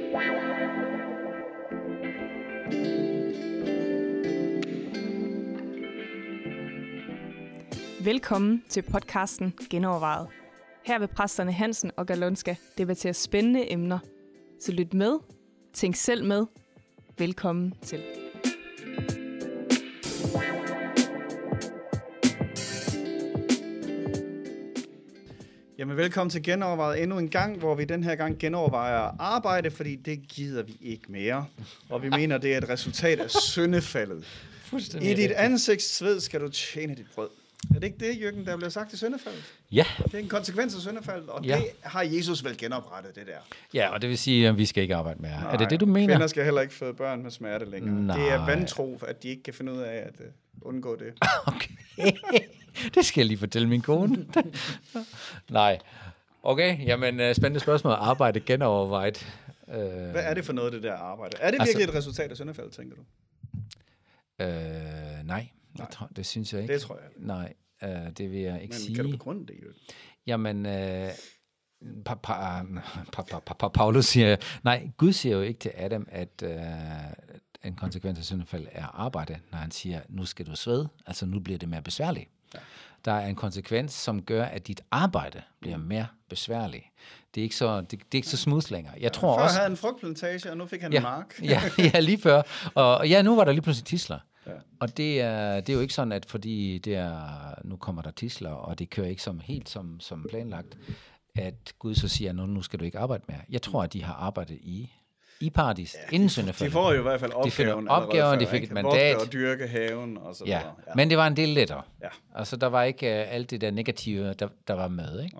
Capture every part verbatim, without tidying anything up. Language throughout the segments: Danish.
Velkommen til podcasten Genovervejet. Her vil præsterne Hansen og Galonska debattere spændende emner. Så lyt med, tænk selv med. Velkommen til. Jamen velkommen til Genovervejet endnu en gang, hvor vi den her gang genovervejer arbejde, fordi det gider vi ikke mere. Og vi mener, det er et resultat af syndefaldet. I dit ansigtssved skal du tjene dit brød. Er det ikke det, Jørgen, der bliver sagt i syndefaldet? Ja. Det er en konsekvens af syndefaldet, og ja. det har Jesus vel genoprettet, det der. Ja, og det vil sige, at vi skal ikke arbejde mere. Nej, er det det, du mener? Kvinder skal heller ikke føde børn med smerte længere. Nej. Det er vantro, at de ikke kan finde ud af at uh, undgå det. Okay. Det skal jeg lige fortælle min kone. Nej. Okay, jamen spændende spørgsmål. Arbejde genovervejet. Uh, Hvad er det for noget, det der arbejde? Er det virkelig altså, et resultat af syndefaldet, tænker du? Uh, nej. Det, tror, det synes jeg ikke. Det tror jeg ikke. Nej, øh, det vil jeg ikke Men sige. kan du begrunde det, Jørgen? Jamen, øh, pa, pa, pa, pa, pa, pa, Paulus siger, nej, Gud siger jo ikke til Adam, at øh, en konsekvens af syndefald er arbejde, når han siger, nu skal du svede, altså nu bliver det mere besværligt. Ja. Der er en konsekvens, som gør, at dit arbejde bliver mere besværligt. Det er ikke så, det, det er ikke så smooth længere. Jeg ja, tror før også, havde han en frugtplantage, og nu fik han ja, en mark. ja, ja, lige før. Og, og ja, nu var der lige pludselig tidsler. Ja. Og det er, det er jo ikke sådan, at fordi det er, nu kommer der tidsler, og det kører ikke som, helt som, som planlagt, at Gud så siger, nu, nu skal du ikke arbejde mere. Jeg tror, at de har arbejdet i, i paradis, ja, inden syndefaldet. De får jo i hvert fald opgaven. De opgaven, de fik et mandat. Og dyrke haven og så ja. videre. Ja, men det var en del lettere. Ja. Altså, der var ikke uh, alt det der negative, der, der var med. Ikke?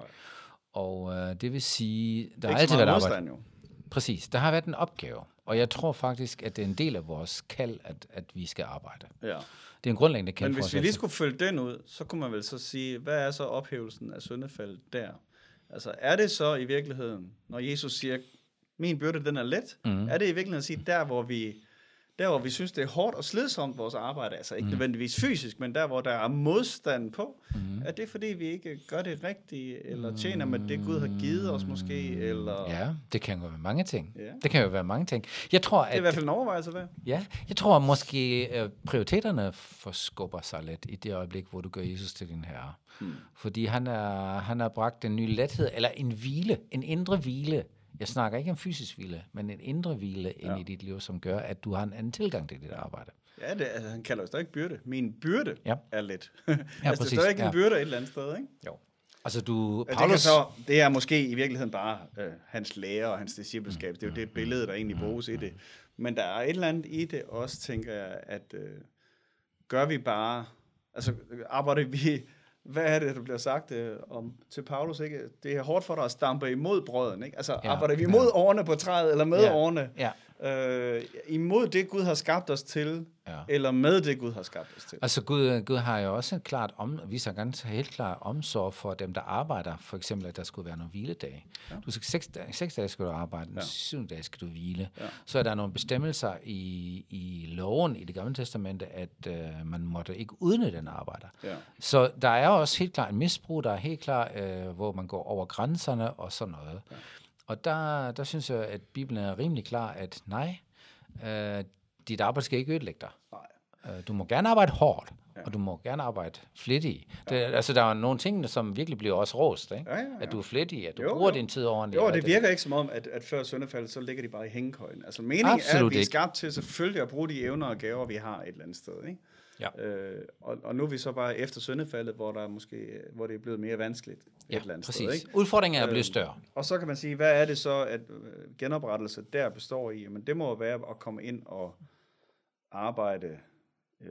Og uh, det vil sige, der har altid været arbejde. Jo. Præcis, der har været en opgave. Og jeg tror faktisk, at det er en del af vores kald, at, at vi skal arbejde. Ja. Det er en grundlæggende kald. Men hvis vi lige skulle følge den ud, så kunne man vel så sige, hvad er så ophævelsen af syndefaldet der? Altså er det så i virkeligheden, når Jesus siger, min byrde den er let, mm. er det i virkeligheden at sige, der hvor vi, der hvor vi synes, det er hårdt og slidsomt vores arbejde, altså ikke mm. nødvendigvis fysisk, men der hvor der er modstand på, mm. er det fordi vi ikke gør det rigtigt, eller tjener med det Gud har givet os måske, eller... Ja, det kan jo være mange ting. Ja. Det kan jo være mange ting. Jeg tror, at, det er i hvert fald en overvejelse værd. Ja, jeg tror måske uh, prioriteterne forskubber sig lidt i det øjeblik, hvor du gør Jesus til din herre. Mm. Fordi han er, han har bragt en ny lethed, eller en hvile, en indre hvile. Jeg snakker ikke om fysisk hvile, men en indre hvile ja. ind i dit liv, som gør, at du har en anden tilgang til dit arbejde. Ja, det, altså, han kalder jo stadig byrde. Min byrde ja. er let. Ja, altså, præcis. Det er stadig ja. en byrde et eller andet sted, ikke? Jo. Altså, du... Ja, Paulus... det, så, det er måske i virkeligheden bare øh, hans lære og hans discipleskab. Det er jo det billede, der egentlig bruges i det. Men der er et eller andet i det også, tænker jeg, at øh, gør vi bare... Altså, arbejder vi... Hvad er det, der bliver sagt øh, om til Paulus, ikke? Det er hårdt for dig at stampe imod brøden, ikke? Altså, ja, arbejder vi imod ja. årene på træet, eller med ja. årene? Ja. Øh, imod det, Gud har skabt os til, ja. eller med det, Gud har skabt os til? Altså, Gud, Gud har jo også klart om, viser ganske helt klart omsorg for dem, der arbejder. For eksempel, at der skulle være nogle hviledage. Ja. Du skal seks, dage, seks dage skal du arbejde, ja. syv dage skal du hvile. Ja. Så er der nogle bestemmelser i, i loven i Det Gamle Testamente, at øh, man måtte ikke udnytte den arbejder. Ja. Så der er også helt klart en misbrug, der er helt klart, øh, hvor man går over grænserne og sådan noget. Ja. Og der, der synes jeg, at Bibelen er rimelig klar, at nej, øh, dit arbejde skal ikke ødelægge dig. Nej. Du må gerne arbejde hårdt, ja. og du må gerne arbejde flittigt. Ja. Det, altså, der er nogle ting, som virkelig bliver også rost, ikke? Ja, ja, ja. At du er flittig, at du jo, bruger jo. din tid ordentligt. Jo, det virker det. ikke som om, at, at før syndefaldet, så ligger de bare i hængekøjen. Altså, meningen Absolut er, at vi er skabt til selvfølgelig at bruge de evner og gaver, vi har et eller andet sted, ikke? Ja. Øh, og, og nu er vi så bare efter syndefaldet, hvor der måske, hvor det er blevet mere vanskeligt ja, et eller andet præcis. sted. Ikke? Udfordringen er blevet større. Øh, og så kan man sige, hvad er det så, at genoprettelse der består i? Men det må være at komme ind og arbejde øh,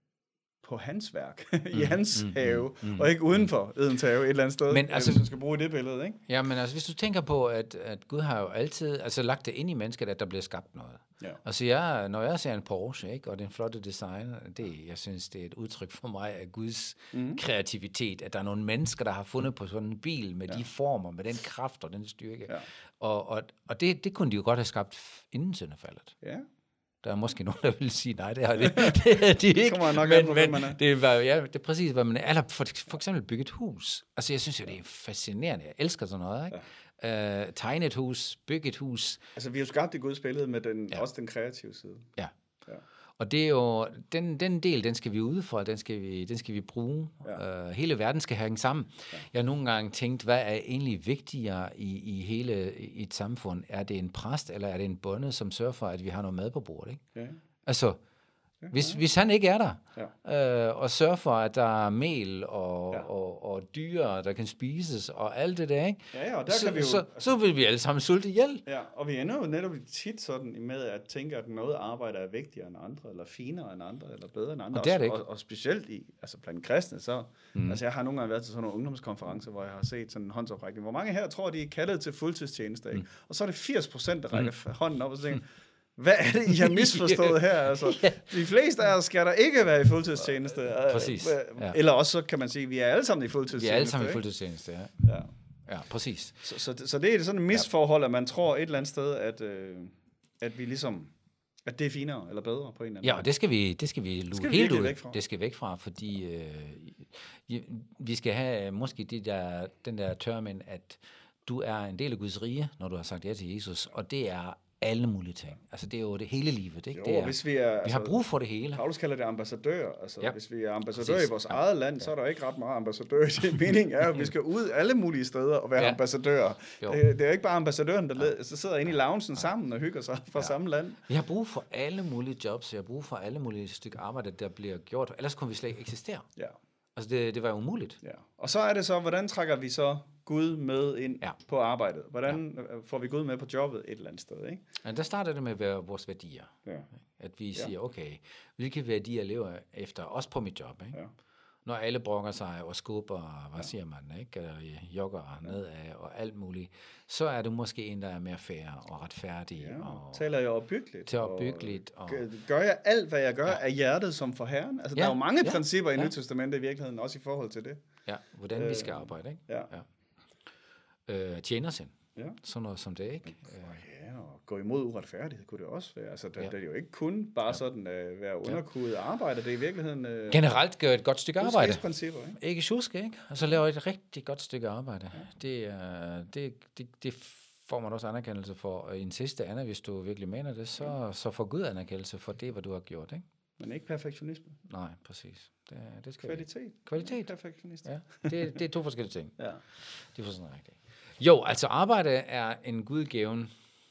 på hans værk, mm, i hans mm, have, mm, mm, og ikke uden for Edens have et eller andet sted, men, altså, hvis man skal bruge det billede, ikke? Ja, men altså, hvis du tænker på, at, at Gud har jo altid altså, lagt det ind i mennesket, at der bliver skabt noget. Ja. Altså, jeg, når jeg ser en Porsche, ikke, og den flotte design, det, jeg synes, det er et udtryk for mig af Guds mm. kreativitet, at der er nogle mennesker, der har fundet på sådan en bil med ja. de former, med den kraft og den styrke. Ja. Og, og, og det, det kunne de jo godt have skabt inden syndefaldet. Ja. Der er måske nogen, der vil sige, nej, det har det, det er de ikke. Det kommer nok men, på, men man er. Det, var, ja, det er præcis, hvad man er. Eller for, for eksempel bygge et hus. Altså, jeg synes jo, det er fascinerende. Jeg elsker sådan noget, ikke? øh, tegne et hus, bygge et hus. Altså, vi har jo skabt et Guds billede med den, Ja. også den kreative side. Ja. Ja. Og det er jo, den, den del, den skal vi ud fra, den skal vi, den skal vi bruge. Ja. Uh, hele verden skal hænge sammen. Ja. Jeg har nogle gange tænkt, hvad er egentlig vigtigere i, i hele i et samfund? Er det en præst, eller er det en bonde, som sørger for, at vi har noget mad på bordet? Ikke? Ja. Altså, ja, hvis, ja. hvis han ikke er der, ja. øh, og sørger for, at der er mel og, ja. og, og dyr, der kan spises, og alt det der, ikke? Ja, ja, og der så, kan vi jo, så, altså, så vil vi alle sammen sulte ihjel. Ja, og vi ender jo netop tit sådan med at tænke, at noget arbejde er vigtigere end andre, eller finere end andre, eller bedre end andre. Og det er det ikke. Og, og specielt i, altså blandt kristne, så, mm. altså jeg har nogle gange været til sådan nogle ungdomskonferencer, hvor jeg har set sådan en håndsoprækning. Hvor mange her tror, de er kaldet til fuldtidstjeneste, ikke? Mm. Og så er det firs procent, der rækker mm. hånden op og så tænker, hvad er det, I har misforstået her? Altså, ja. De fleste af os skal der ikke være i fuldtidstjeneste. Præcis. Ja. Eller også så kan man sige, at vi er alle sammen i fuldtidstjeneste. Vi er alle sammen i fuldtidstjeneste, ja. Ja. Ja, præcis. Så, så, så det er sådan et misforhold, at man tror et eller andet sted, at, øh, at vi ligesom, at det er finere eller bedre på en eller anden Ja, og det skal vi, det skal vi luge helt ud. Væk fra. Det skal væk fra, fordi øh, vi skal have måske de der, den der tørmænd, at du er en del af Guds rige, når du har sagt ja til Jesus, og det er alle mulige ting. Altså, det er jo det hele livet, ikke? Jo, det er, hvis vi er, vi altså, har brug for det hele. Paulus kalder det ambassadør. Altså, ja. Hvis vi er ambassadør Præcis. i vores ja. eget land, så er der ikke ret meget ambassadør. Det meningen er, at vi skal ud alle mulige steder og være ja. ambassadører. Det, det er jo ikke bare ambassadøren, der ja. så sidder inde i loungen ja. sammen og hygger sig fra ja. samme land. Vi har brug for alle mulige jobs. Vi har brug for alle mulige stykker arbejde, der bliver gjort. Ellers kunne vi slet ikke eksistere. Ja. Altså, det, det var umuligt. Ja. Og så er det så, hvordan trækker vi så Gud med ind ja. på arbejdet? Hvordan ja. får vi Gud med på jobbet et eller andet sted, ikke? Ja, der starter det med vores værdier. Ja. At vi siger, okay, hvilke værdier lever jeg efter, også på mit job, ikke? Ja. Når alle brokker sig og skubber, hvad ja. siger man, ikke? Eller jogger ja. nedad og alt muligt, så er du måske en, der er mere fair og retfærdig. Ja. Og taler jeg opbyggeligt. Til opbyggeligt. Og, og gør jeg alt, hvad jeg gør, ja. af hjertet som for Herren? Altså, ja. der er jo mange ja. principper i ja. Nyt Testamentet i virkeligheden, også i forhold til det. Ja, hvordan øh, vi skal arbejde, ikke? Ja. ja. Øh, tjenersind. Ja. Sådan noget som det, ikke? Ja, og gå imod uretfærdighed kunne det også være. Altså, det, ja. det er jo ikke kun bare ja. sådan at uh, være underkudet arbejde. Det er i virkeligheden... Uh, Generelt gør et godt stykke arbejde. Principper, ikke? Ikke tjuske, ikke? Og så laver et rigtig godt stykke arbejde. Ja. Det, uh, det, det, det får man også anerkendelse for. Og i en sidste ende, hvis du virkelig mener det, så, ja. så får Gud anerkendelse for det, hvad du har gjort, ikke? Men ikke perfektionisme. Nej, præcis. Det, det skal Kvalitet. Vi. Kvalitet. Perfektionist. Ja, det, det er to forskellige ting. Ja. Det er for sådan rigtigt. Jo, altså arbejde er en gudgaven.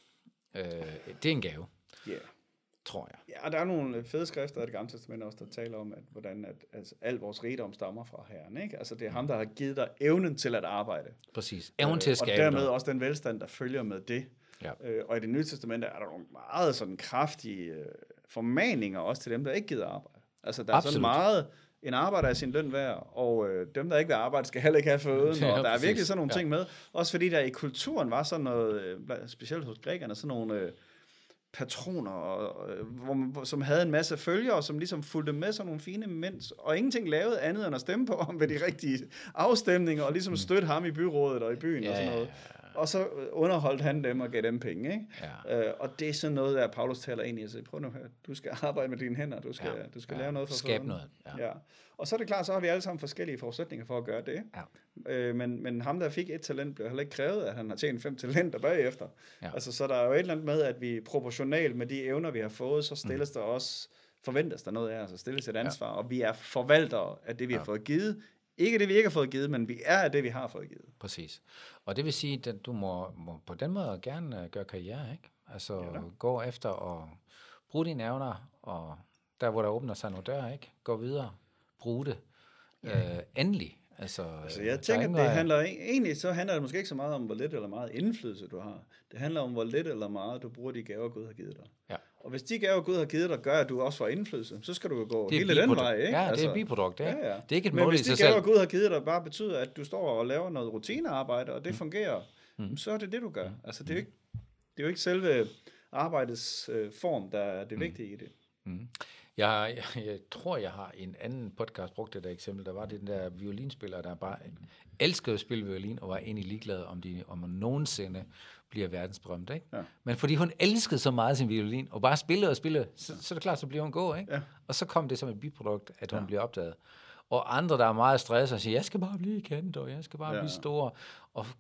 Øh, det er en gave. Ja. Yeah. Tror jeg. Ja, og der er nogle fede skrifter af Det Gamle Testament også, der taler om, at hvordan at, altså, al vores rigdom stammer fra Herren, ikke? Altså det er ham, der har givet dig evnen til at arbejde. Præcis. Evnen øh, til at skabe. Og dermed dig. Også den velstand, der følger med det. Ja. Øh, og i Det Nye Testament er der nogle meget sådan kraftige øh, formaninger også til dem, der ikke gider arbejde. Altså der er Absolut. sådan meget... En arbejder er sin løn værd, og øh, dem, der ikke vil arbejde, skal heller ikke have føden, ja, og der er virkelig sådan nogle ja. ting med. Også fordi der i kulturen var sådan noget, øh, specielt hos grækerne, sådan nogle øh, patroner, og, øh, hvor, som havde en masse følgere, som ligesom fulgte med sådan nogle fine mænd, og ingenting lavede andet end at stemme på ham ved de rigtige afstemninger, og ligesom støtte ham i byrådet og i byen ja, og sådan noget. Og så underholdt han dem og gav dem penge, ikke? Ja. Øh, og det er sådan noget, der Paulus taler ind i. Altså, prøv nu her, du skal arbejde med dine hænder, du skal, ja. du skal ja. lave noget for Skab noget. Ja. Ja. Og så er det klart, så har vi alle sammen forskellige forudsætninger for at gøre det. Ja. Øh, men, men ham, der fik et talent, blev heller ikke krævet, at han har tjent fem talenter bagefter. Ja. Altså, så der er jo et eller andet med, at vi proportionalt med de evner, vi har fået, så stilles mm. der også, forventes der noget af os, og stilles et ansvar, ja. og vi er forvaltere af det, vi ja. har fået givet. Ikke det, vi ikke har fået givet, men vi er af det, vi har fået givet. Præcis. Og det vil sige, at du må, må på den måde gerne gøre karriere, ikke? Altså ja, gå efter at bruge dine evner, og der, hvor der åbner sig nogle døre, ikke? Gå videre, bruge det. Ja. Øh, endelig. Altså, altså jeg tænker, det vej... handler egentlig, så handler det måske ikke så meget om, hvor lidt eller meget indflydelse du har. Det handler om, hvor lidt eller meget du bruger de gaver, Gud har givet dig. Ja. Og hvis de gaver, Gud har givet dig, gør, at du også får indflydelse, så skal du jo gå hele den vej, ikke? Ja, altså, det er et biprodukt, ja. Ja, ja. Det er ikke et Men mål hvis i de sig gaver, selv. Gud har givet dig, bare betyder, at du står og laver noget rutinearbejde, og det mm. fungerer, mm. så er det det, du gør. Altså, det er jo ikke, det er jo ikke selve arbejdets øh, form, der er det mm. vigtige i det. Mm. Jeg, jeg, jeg tror, jeg har en anden podcast brugt det der eksempel. Der var det den der violinspiller, der bare elskede at spille violin, og var egentlig ligeglad, om de om man nogensinde bliver verdensberømt, ikke? Ja. Men fordi hun elskede så meget sin violin, og bare spillede og spillede, så, så er det klart, så bliver hun god, ikke? Ja. Og så kom det som et biprodukt, at hun ja. bliver opdaget. Og andre, der er meget stresset og siger, jeg skal bare blive kendt, og jeg skal bare ja. blive stor, og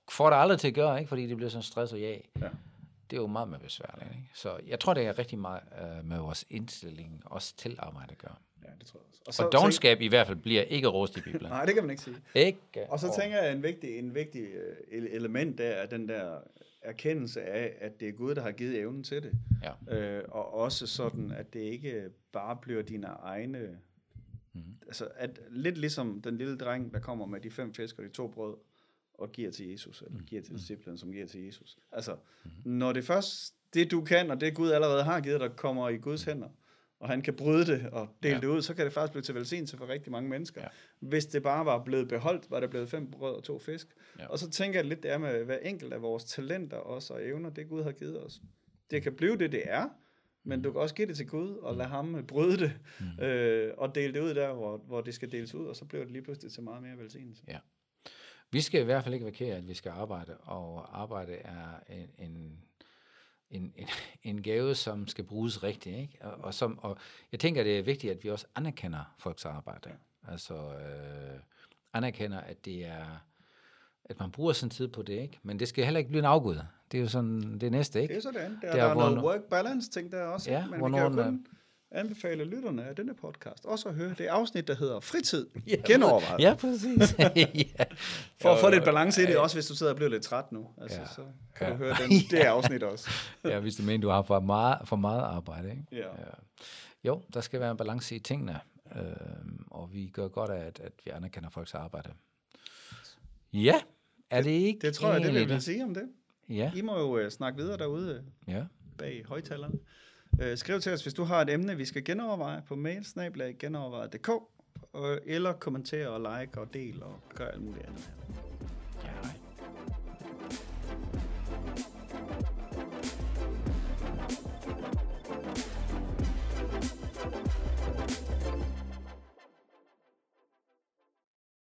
får det aldrig til at gøre, ikke? Fordi det bliver sådan stress og ja. Ja. Det er jo meget mere besværligt. Ikke? Så jeg tror, det er rigtig meget uh, med vores indstilling, også til arbejde at gøre. Ja, det tror jeg også. Og, så, og dovenskab tænk... i hvert fald bliver ikke rost i Bibelen. Nej, det kan man ikke sige. Ikke. Og så tænker jeg, at en vigtig, en vigtig uh, element der er den der erkendelse af, at det er Gud, der har givet evnen til det. Ja. Uh, og også sådan, at det ikke bare bliver dine egne... Mm-hmm. Altså, at lidt ligesom den lille dreng, der kommer med de fem fisk og de to brød, og giver til Jesus, eller giver til disciplen, som giver til Jesus. Altså, mm-hmm. når det først, det du kan, og det Gud allerede har givet dig, kommer i Guds hænder, og han kan bryde det og dele ja. det ud, så kan det faktisk blive til velsignelse for rigtig mange mennesker. Ja. Hvis det bare var blevet beholdt, var det blevet fem brød og to fisk. Ja. Og så tænker jeg lidt, det er med hver enkelt af vores talenter også, og evner, det Gud har givet os. Det kan blive det, det er, men du kan også give det til Gud, og lade ham bryde det, mm. øh, og dele det ud der, hvor, hvor det skal deles ud, og så bliver det lige pludselig til meget mere velsignelse. Ja. Vi skal i hvert fald ikke være ked af, at vi skal arbejde, og arbejde er en, en, en, en, en gave, som skal bruges rigtigt, ikke? Og, og, som, og jeg tænker, det er vigtigt, at vi også anerkender folks arbejde. Ja. Altså øh, anerkender, at det er, at man bruger sin tid på det, ikke? Men det skal heller ikke blive en afgud. Det er jo sådan det næste, ikke? Det er sådan, der, der, der er noget work balance ting der også, ja, men vi kan jo kun anbefale lytterne af denne podcast også at høre det afsnit, der hedder Fritid. Ja, Genovervejet. Ja, præcis. ja. For at få lidt balance i det, også hvis du sidder og bliver lidt træt nu. Altså, ja. Så kan ja. du høre den, det afsnit også. ja, hvis du mener, du har for meget, for meget arbejde. Ikke? Ja. Ja. Jo, der skal være en balance i tingene, øh, og vi gør godt af, at, at vi anerkender folks arbejde. Ja, er det, det ikke? Det tror jeg, det vil jeg sige om det. Ja. I må jo uh, snakke videre derude ja. bag højtalerne. Uh, skriv til os, hvis du har et emne, vi skal genoverveje på mail snabel-a genovervejet punktum d k, eller kommentere og like og del og gør alt muligt andet.